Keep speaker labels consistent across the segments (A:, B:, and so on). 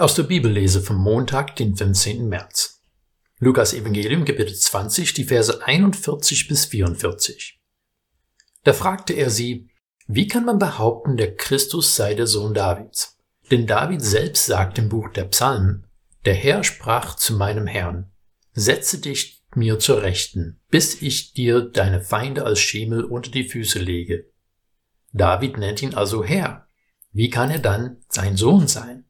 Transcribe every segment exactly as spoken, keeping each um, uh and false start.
A: Aus der Bibellese vom Montag, den fünfzehnten März. Lukas Evangelium, Kapitel zwanzig, die Verse einundvierzig bis vierundvierzig. Da fragte er sie, wie kann man behaupten, der Christus sei der Sohn Davids? Denn David selbst sagt im Buch der Psalmen, der Herr sprach zu meinem Herrn, setze dich mir zur Rechten, bis ich dir deine Feinde als Schemel unter die Füße lege. David nennt ihn also Herr. Wie kann er dann sein Sohn sein?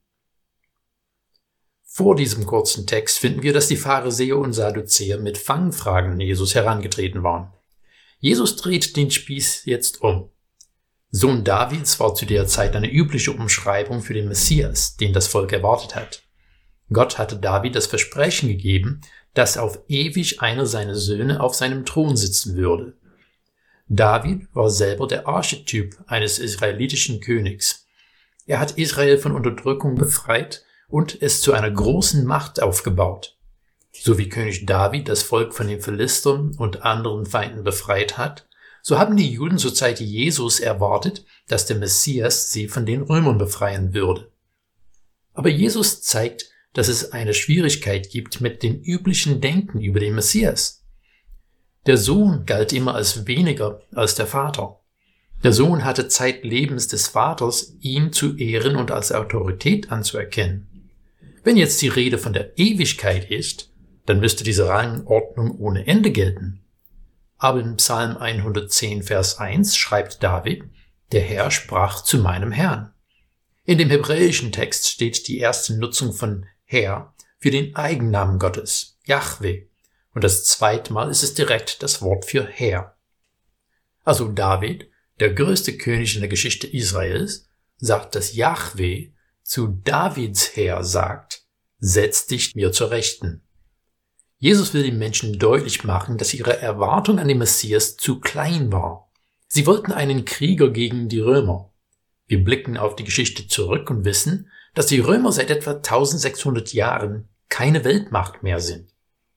A: Vor diesem kurzen Text finden wir, dass die Pharisäer und Sadduzäer mit Fangfragen an Jesus herangetreten waren. Jesus dreht den Spieß jetzt um. Sohn Davids war zu der Zeit eine übliche Umschreibung für den Messias, den das Volk erwartet hat. Gott hatte David das Versprechen gegeben, dass auf ewig einer seiner Söhne auf seinem Thron sitzen würde. David war selber der Archetyp eines israelitischen Königs. Er hat Israel von Unterdrückung befreit und es zu einer großen Macht aufgebaut. So wie König David das Volk von den Philistern und anderen Feinden befreit hat, so haben die Juden zur Zeit Jesus erwartet, dass der Messias sie von den Römern befreien würde. Aber Jesus zeigt, dass es eine Schwierigkeit gibt mit dem üblichen Denken über den Messias. Der Sohn galt immer als weniger als der Vater. Der Sohn hatte zeitlebens des Vaters, ihn zu ehren und als Autorität anzuerkennen. Wenn jetzt die Rede von der Ewigkeit ist, dann müsste diese Rangordnung ohne Ende gelten. Aber im Psalm hundertzehn, Vers eins schreibt David, der Herr sprach zu meinem Herrn. In dem hebräischen Text steht die erste Nutzung von Herr für den Eigennamen Gottes, Jahwe, und das zweite Mal ist es direkt das Wort für Herr. Also David, der größte König in der Geschichte Israels, sagt, dass Jahwe zu Davids Heer sagt, setz dich mir zur Rechten. Jesus will den Menschen deutlich machen, dass ihre Erwartung an den Messias zu klein war. Sie wollten einen Krieger gegen die Römer. Wir blicken auf die Geschichte zurück und wissen, dass die Römer seit etwa eintausendsechshundert Jahren keine Weltmacht mehr sind.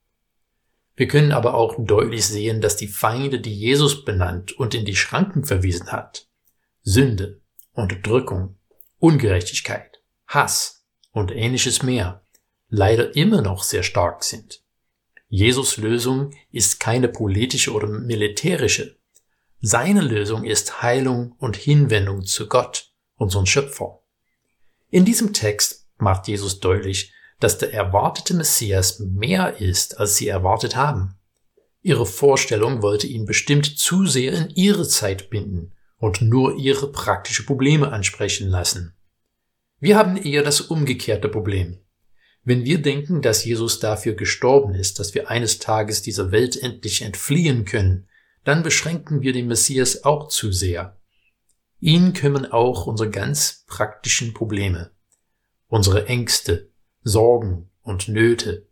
A: Wir können aber auch deutlich sehen, dass die Feinde, die Jesus benannt und in die Schranken verwiesen hat, Sünde, Unterdrückung, Ungerechtigkeit, Hass und ähnliches mehr, leider immer noch sehr stark sind. Jesus' Lösung ist keine politische oder militärische. Seine Lösung ist Heilung und Hinwendung zu Gott, unserem Schöpfer. In diesem Text macht Jesus deutlich, dass der erwartete Messias mehr ist, als sie erwartet haben. Ihre Vorstellung wollte ihn bestimmt zu sehr in ihre Zeit binden und nur ihre praktischen Probleme ansprechen lassen. Wir haben eher das umgekehrte Problem. Wenn wir denken, dass Jesus dafür gestorben ist, dass wir eines Tages dieser Welt endlich entfliehen können, dann beschränken wir den Messias auch zu sehr. Ihn kümmern auch unsere ganz praktischen Probleme, unsere Ängste, Sorgen und Nöte.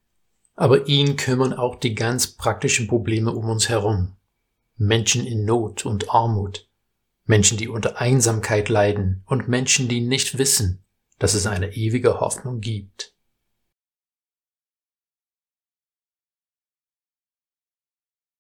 A: Aber ihn kümmern auch die ganz praktischen Probleme um uns herum. Menschen in Not und Armut, Menschen, die unter Einsamkeit leiden und Menschen, die nicht wissen, dass es eine ewige Hoffnung gibt.